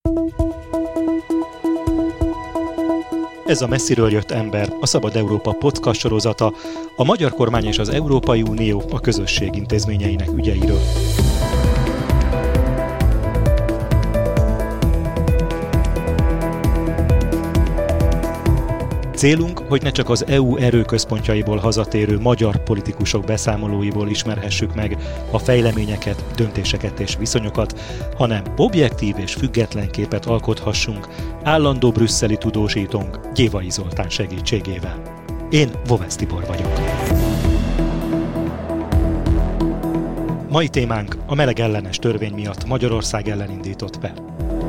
Ez a Messziről jött ember, a Szabad Európa podcast sorozata, a magyar kormány és az Európai Unió a közösség intézményeinek ügyeiről. Célunk, hogy ne csak az EU erőközpontjaiból hazatérő magyar politikusok beszámolóiból ismerhessük meg a fejleményeket, döntéseket és viszonyokat, hanem objektív és független képet alkothassunk állandó brüsszeli tudósítónk Gyévai Zoltán segítségével. Én Vovesz Tibor vagyok. Mai témánk a melegellenes törvény miatt Magyarország ellen indított per.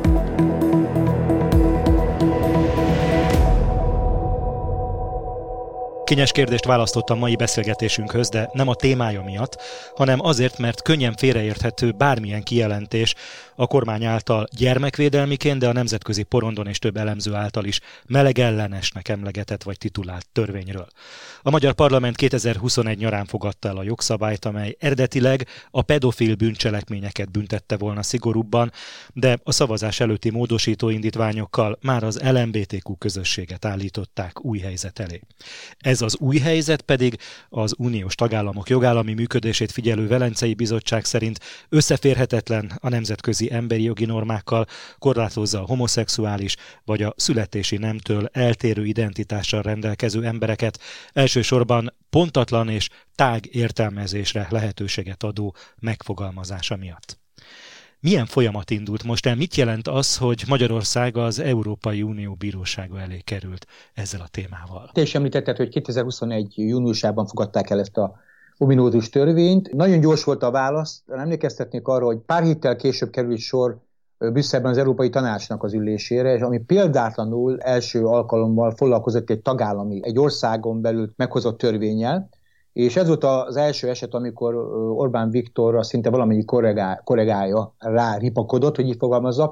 Kényes kérdést választottam mai beszélgetésünkhöz, de nem a témája miatt, hanem azért, mert könnyen félreérthető bármilyen kijelentés a kormány által gyermekvédelmiként, de a nemzetközi porondon és több elemző által is melegellenesnek emlegetett vagy titulált törvényről. A Magyar Parlament 2021 nyarán fogadta el a jogszabályt, amely eredetileg a pedofil bűncselekményeket büntette volna szigorúbban, de a szavazás előtti módosító indítványokkal már az LMBTQ közösséget állították új helyzet elé. Ez az új helyzet pedig az uniós tagállamok jogállami működését figyelő Velencei Bizottság szerint összeférhetetlen a nemzetközi emberi jogi normákkal, korlátozza a homoszexuális vagy a születési nemtől eltérő identitással rendelkező embereket, elsősorban pontatlan és tág értelmezésre lehetőséget adó megfogalmazása miatt. Milyen folyamat indult most el? Mit jelent az, hogy Magyarország az Európai Unió bírósága elé került ezzel a témával? Te is említetted, hogy 2021. júniusában fogadták el ezt a ominózus törvényt. Nagyon gyors volt a válasz. Emlékeztetnék arra, hogy pár héttel később került sor Brüsszelben az Európai Tanácsnak az ülésére, és ami példátlanul első alkalommal foglalkozott egy országon belül meghozott törvénnyel. És ez volt az első eset, amikor Orbán Viktorra szinte valamennyi kollégája ráripakodott, hogy így fogalmazzak.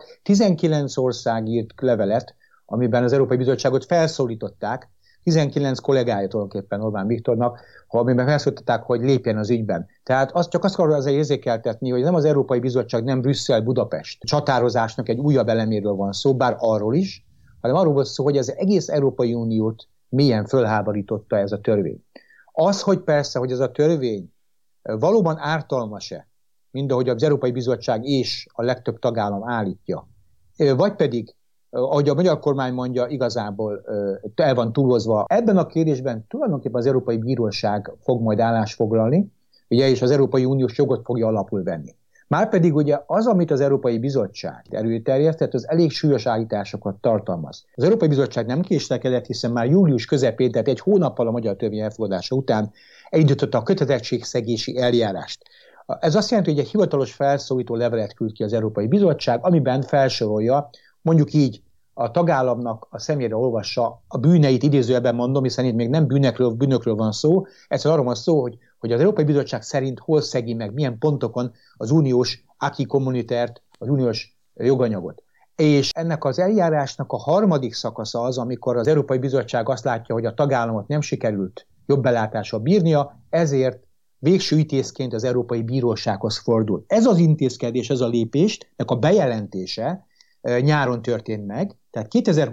19 ország írt levelet, amiben az Európai Bizottságot felszólították, 19 kollégája tulajdonképpen Orbán Viktornak, amiben felszólították, hogy lépjen az ügyben. Tehát azt akarom ezzel érzékeltetni, hogy nem az Európai Bizottság, nem Brüsszel-Budapest csatározásnak egy újabb eleméről van szó, bár arról is, hanem arról volt szó, hogy az egész Európai Uniót mélyen fölháborította ez a törvény. Az, hogy persze, hogy ez a törvény valóban ártalmas-e, mind ahogy az Európai Bizottság és a legtöbb tagállam állítja, vagy pedig, ahogy a magyar kormány mondja, igazából el van túlozva. Ebben a kérdésben tulajdonképpen az Európai Bíróság fog majd állást foglalni, ugye, és az Európai Uniós jogot fogja alapul venni. Márpedig ugye az, amit az Európai Bizottság előterjesztett, az elég súlyos állításokat tartalmaz. Az Európai Bizottság nem késlekedett, hiszen már július közepén, tehát egy hónappal a magyar törvény elfogadása után elindította a kötelezettségszegési eljárást. Ez azt jelenti, hogy egy hivatalos felszólító levelet küld ki az Európai Bizottság, amiben felsorolja, mondjuk így, a tagállamnak a személyre olvassa a bűneit, idézőjelben mondom, hiszen itt még nem bűnökről van szó, egyszerűen arról van szó, hogy az Európai Bizottság szerint hol szegi meg, milyen pontokon az uniós acquis communautaire-t, az uniós joganyagot. És ennek az eljárásnak a harmadik szakasza az, amikor az Európai Bizottság azt látja, hogy a tagállamot nem sikerült jobb belátással bírnia, ezért végső ítézként az Európai Bírósághoz fordul. Ez az intézkedés, ez a lépésnek a bejelentése nyáron történt meg, tehát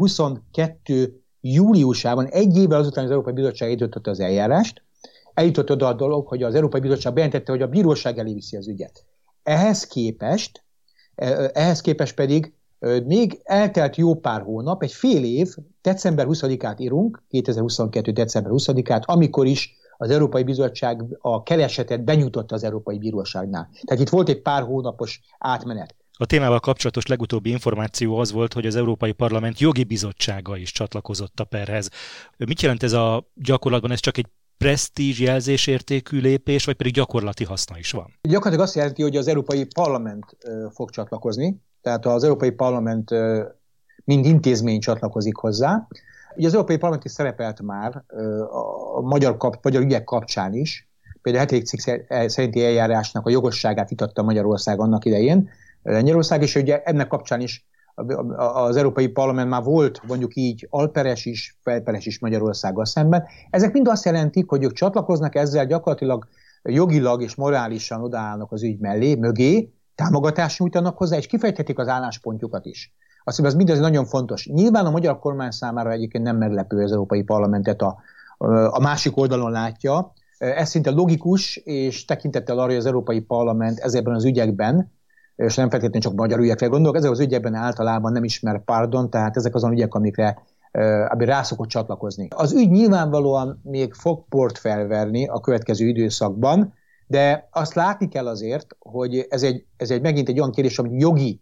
2022. júliusában, egy évvel azután az Európai Bizottság indította az eljárást, eljutott oda a dolog, hogy az Európai Bizottság bejelentette, hogy a bíróság elé viszi az ügyet. Ehhez képest pedig még eltelt jó pár hónap, egy fél év, december 20-át írunk, 2022. december 20-át, amikor is az Európai Bizottság a keresetet benyújtotta az Európai Bíróságnál. Tehát itt volt egy pár hónapos átmenet. A témával kapcsolatos legutóbbi információ az volt, hogy az Európai Parlament jogi bizottsága is csatlakozott a perhez. Mit jelent ez a gyakorlatban? Ez csak egy presztízs jelzésértékű lépés, vagy pedig gyakorlati haszna is van? Gyakorlatilag azt jelenti, hogy az Európai Parlament fog csatlakozni, tehát az Európai Parlament mind intézmény csatlakozik hozzá. Ugye az Európai Parlament is szerepelt már a magyar ügyek kapcsán is, például a 7. cikk szerinti eljárásnak a jogosságát vitatta Magyarország annak idején, Lengyelország, és ugye ennek kapcsán is az Európai Parlament már volt, mondjuk így, alperes is, felperes is Magyarországgal szemben. Ezek mind azt jelentik, hogy ők csatlakoznak ezzel, gyakorlatilag jogilag és morálisan odaállnak az ügy mögé, támogatást nyújtanak hozzá, és kifejthetik az álláspontjukat is. Azt hiszem, ez mindez nagyon fontos. Nyilván a magyar kormány számára egyébként nem meglepő, az Európai Parlamentet a másik oldalon látja. Ez szinte logikus, és tekintettel arra, hogy az Európai Parlament ezekben az ügyekben, és nem feltétlenül csak magyar ügyekre gondolok, ezek az ügyekben általában nem ismer pardon, tehát ezek azon ügyek, amikre rá szokott csatlakozni. Az ügy nyilvánvalóan még fog port felverni a következő időszakban, de azt látni kell azért, hogy ez megint egy olyan kérdés, amit jogi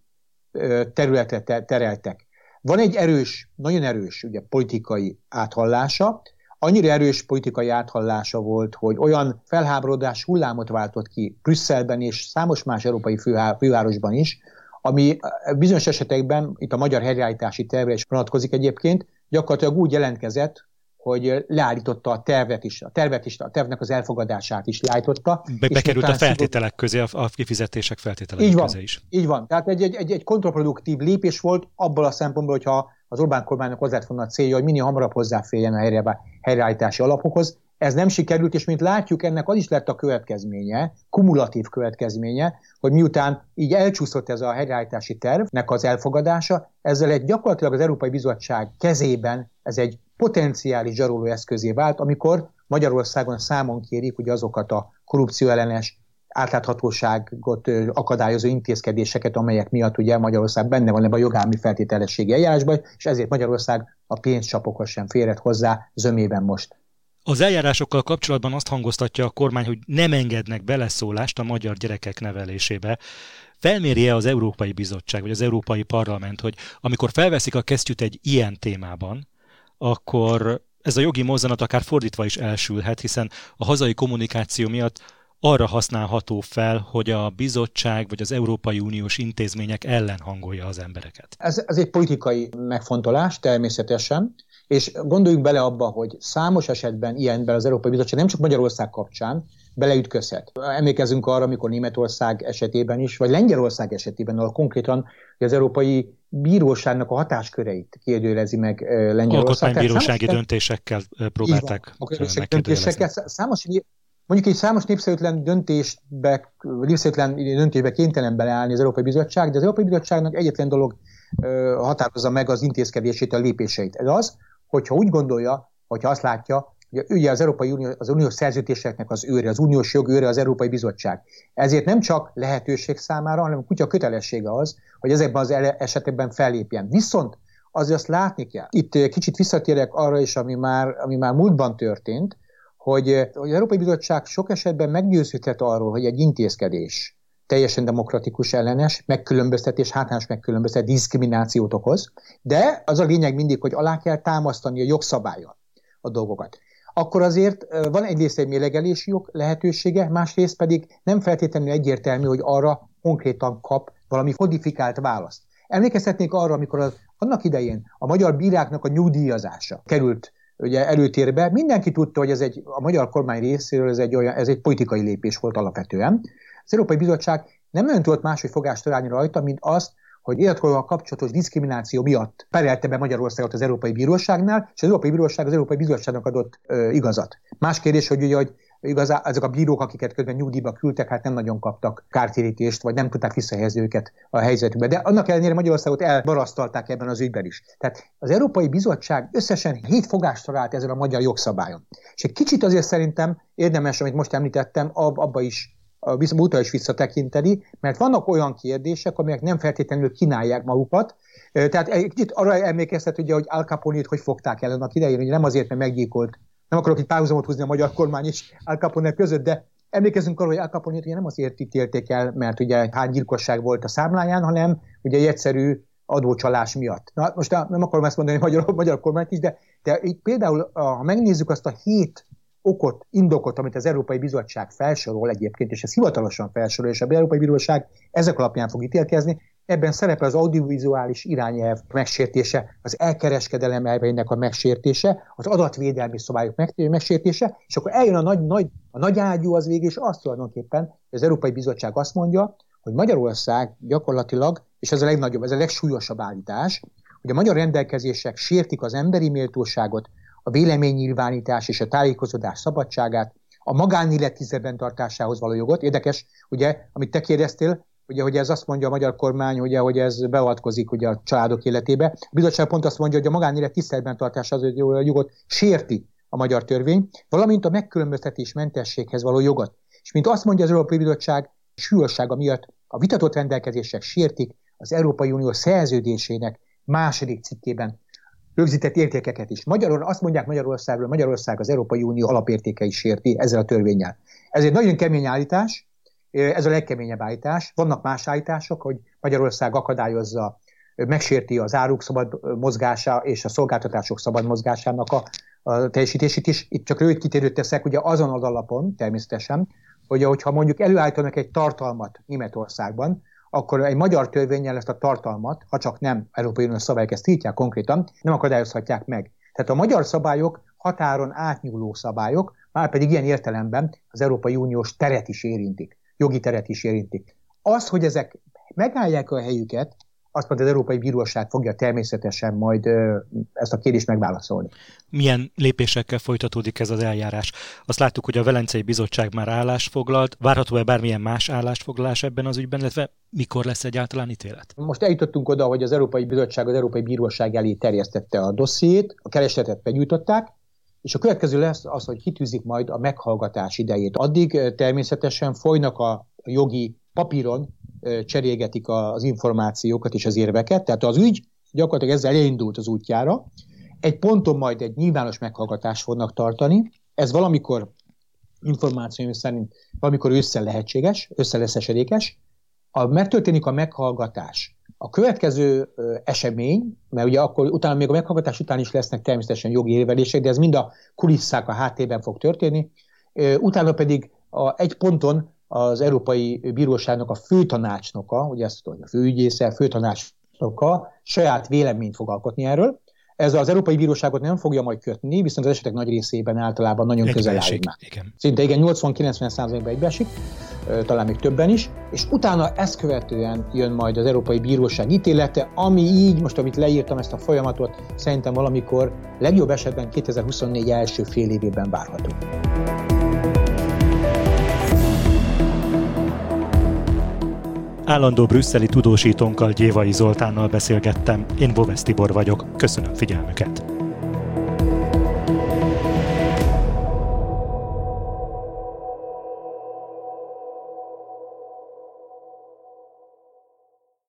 területre tereltek. Van egy erős, nagyon erős ugye, politikai áthallása, annyira erős politikai áthallása volt, hogy olyan felháborodás hullámot váltott ki Brüsszelben és számos más európai fővárosban is, ami bizonyos esetekben, itt a magyar helyreállítási tervre is vonatkozik egyébként, gyakorlatilag úgy jelentkezett, hogy leállította a tervet is, a tervnek az elfogadását is leállította. Bekerült a feltételek közé, a kifizetések feltételek közé is. Így van. Tehát egy kontraproduktív lépés volt abból a szempontból, hogyha az Orbán kormánynak az lett volna a célja, hogy minél hamarabb hozzáférjen a helyreállítási alapokhoz. Ez nem sikerült, és mint látjuk, ennek az is lett a következménye, kumulatív következménye, hogy miután így elcsúszott ez a helyreállítási tervnek az elfogadása, ezzel gyakorlatilag az Európai Bizottság kezében ez egy potenciális zsaroló eszközé vált, amikor Magyarországon számon kérik ugye azokat a korrupcióellenes átláthatóságot akadályozó intézkedéseket, amelyek miatt ugye Magyarország benne van ebben a jogállami feltételességi eljárásban, és ezért Magyarország a pénzcsapokhoz sem férhet hozzá zömében most. Az eljárásokkal kapcsolatban azt hangoztatja a kormány, hogy nem engednek beleszólást a magyar gyerekek nevelésébe. Felmérje az Európai Bizottság, vagy az Európai Parlament, hogy amikor felveszik a kesztyűt egy ilyen témában, akkor ez a jogi mozzanat akár fordítva is elsülhet, hiszen a hazai kommunikáció miatt arra használható fel, hogy a bizottság vagy az Európai Uniós intézmények ellen hangolja az embereket. Ez egy politikai megfontolás természetesen, és gondoljunk bele abba, hogy számos esetben ilyenben az Európai Bizottság nem csak Magyarország kapcsán beleütközhet. Emlékezzünk arra, amikor Németország esetében is, vagy Lengyelország esetében, ahol konkrétan az Európai Bíróságnak a hatásköreit kérdőjelezi meg Lengyelország. Alkotmánybírósági döntésekkel próbálták megkérdőjelezni. Mondjuk egy számos népszerűtlen döntésbe kénytelen beleállni az Európai Bizottság, de az Európai Bizottságnak egyetlen dolog határozza meg az intézkedését, a lépéseit. Ez az, hogyha úgy gondolja, hogyha azt látja, hogy ugye az Európai Unió, az uniós szerződéseknek az őre, az uniós jog őre az Európai Bizottság. Ezért nem csak lehetőség számára, hanem a kutya kötelessége az, hogy ezekben az esetekben fellépjen. Viszont azért azt látni kell. Itt kicsit visszatérek arra is, ami már múltban történt, hogy az Európai Bizottság sok esetben meggyőződhet arról, hogy egy intézkedés teljesen demokratikus ellenes, megkülönböztetés, hátrányos megkülönböztetés, diszkriminációt okoz, de az a lényeg mindig, hogy alá kell támasztani a jogszabállyal a dolgokat. Akkor azért van egyrészt egy mérlegelési jog lehetősége, másrészt pedig nem feltétlenül egyértelmű, hogy arra konkrétan kap valami kodifikált választ. Emlékeztetnék arra, amikor annak idején a magyar bíráknak a nyugdíjazása került ugye előtérbe, mindenki tudta, hogy a magyar kormány részéről ez egy politikai lépés volt alapvetően. Az Európai Bizottság nem nagyon tudott máshogy fogást találni rajta, mint azt, hogy életkorral kapcsolatos diszkrimináció miatt perelte be Magyarországot az Európai Bíróságnál, és az Európai Bíróság az Európai Bizottságnak adott igazat. Más kérdés, hogy igazán ezek a bírók, akiket közben nyugdíjba küldtek, hát nem nagyon kaptak kártérítést, vagy nem tudták visszahelyezni őket a helyzetükbe. De annak ellenére Magyarországot elbarasztalták ebben az ügyben is. Tehát az Európai Bizottság összesen 7 fogást talált ezen a magyar jogszabályon. És egy kicsit azért szerintem érdemes, amit most említettem, abba is is visszatekinteni, mert vannak olyan kérdések, amelyek nem feltétlenül kínálják magukat. Tehát egy kicsit arra emlékeztet, ugye, hogy Al Capone-t hogy fogták el annak idején, hogy nem azért, mert meggyilkolt. Nem akarok itt párhuzamot húzni a magyar kormány és Al Capone között, de emlékezzünk arra, hogy Al Capone-t ugye nem azért ítélték el, mert ugye hány gyilkosság volt a számláján, hanem ugye egy egyszerű adócsalás miatt. Na, most nem akarom ezt mondani a magyar kormányt is, de itt például, ha megnézzük azt a 7 indokot, amit az Európai Bizottság felsorol egyébként, és ez hivatalosan felsorol, és az Európai Bíróság ezek alapján fog ítélkezni, ebben szerepel az audiovizuális irányelv megsértése, az elkereskedelem elveinek a megsértése, az adatvédelmi szabályok megsértése, és akkor eljön a nagy ágyú az végig, és azt tulajdonképpen, hogy az Európai Bizottság azt mondja, hogy Magyarország gyakorlatilag, és ez a legnagyobb, ez a legsúlyosabb állítás, hogy a magyar rendelkezések sértik az emberi méltóságot, a véleménynyilvánítás és a tájékozódás szabadságát, a magánélet tiszteletben tartásához való jogot. Érdekes, ugye, amit te kérdeztél, ugye, hogy ez azt mondja a magyar kormány, ugye, hogy ez beavatkozik ugye, a családok életébe. A bizottság pont azt mondja, hogy a magánélet tiszteletben tartása az jogot sérti a magyar törvény, valamint a megkülönböztetés mentességhez való jogot. És mint azt mondja az Európai Bizottság, súlyossága miatt a vitatott rendelkezések sértik az Európai Unió szerződésének 2. cikkében rögzített értékeket is. Magyarul azt mondják Magyarországról, Magyarország az Európai Unió alapértékei sérti ezzel a törvénnyel. Ez egy nagyon kemény állítás, ez a legkeményebb állítás. Vannak más állítások, hogy Magyarország akadályozza, megsérti az áruk szabad mozgása és a szolgáltatások szabad mozgásának a teljesítését is. Itt csak rövid kitérőt teszek, ugye azon az alapon természetesen, hogyha mondjuk előállítanak egy tartalmat Németországban, akkor egy magyar törvénnyel ezt a tartalmat, ha csak nem Európai Uniós szabályok ezt tiltják konkrétan, nem akadályozhatják meg. Tehát a magyar szabályok határon átnyúló szabályok, már pedig ilyen értelemben az Európai Uniós teret is érintik, jogi teret is érintik. Az, hogy ezek megállják a helyüket, azt mondja, az Európai Bíróság fogja természetesen majd ezt a kérdést megválaszolni. Milyen lépésekkel folytatódik ez az eljárás? Azt láttuk, hogy a Velencei Bizottság már állást foglalt. Várható-e bármilyen más állásfoglalás ebben az ügyben, illetve mikor lesz egyáltalán ítélet? Most eljutottunk oda, hogy az Európai Bizottság az Európai Bíróság elé terjesztette a dossziét, a keresletet begyújtották, és a következő lesz az, hogy kitűzik majd a meghallgatás idejét. Addig természetesen folynak a jogi papíron, cserélgetik az információkat és az érveket, tehát az ügy gyakorlatilag ezzel elindult az útjára. Egy ponton majd egy nyilvános meghallgatást fognak tartani, ez valamikor, információim szerint valamikor ősszel lehetséges, ősszel lesz esedékes. Megtörténik a meghallgatás. A következő esemény, mert ugye akkor utána még a meghallgatás után is lesznek természetesen jogi érvelések, de ez mind a kulisszák a háttérben fog történni. Utána pedig egy ponton az Európai Bíróságnak a főtanácsnoka, ugye ezt a főügyésze, főtanácsnoka saját véleményt fog alkotni erről. Ez az Európai Bíróságot nem fogja majd kötni, viszont az esetek nagy részében általában nagyon közel áll. Szinte igen, 80-90%-ban egybeesik, talán még többen is, és utána ezt követően jön majd az Európai Bíróság ítélete, ami így, most amit leírtam ezt a folyamatot, szerintem valamikor legjobb esetben 2024 első fél évében várható. Állandó brüsszeli tudósítónkkal, Gyévai Zoltánnal beszélgettem. Én Vovesz Tibor vagyok. Köszönöm figyelmüket!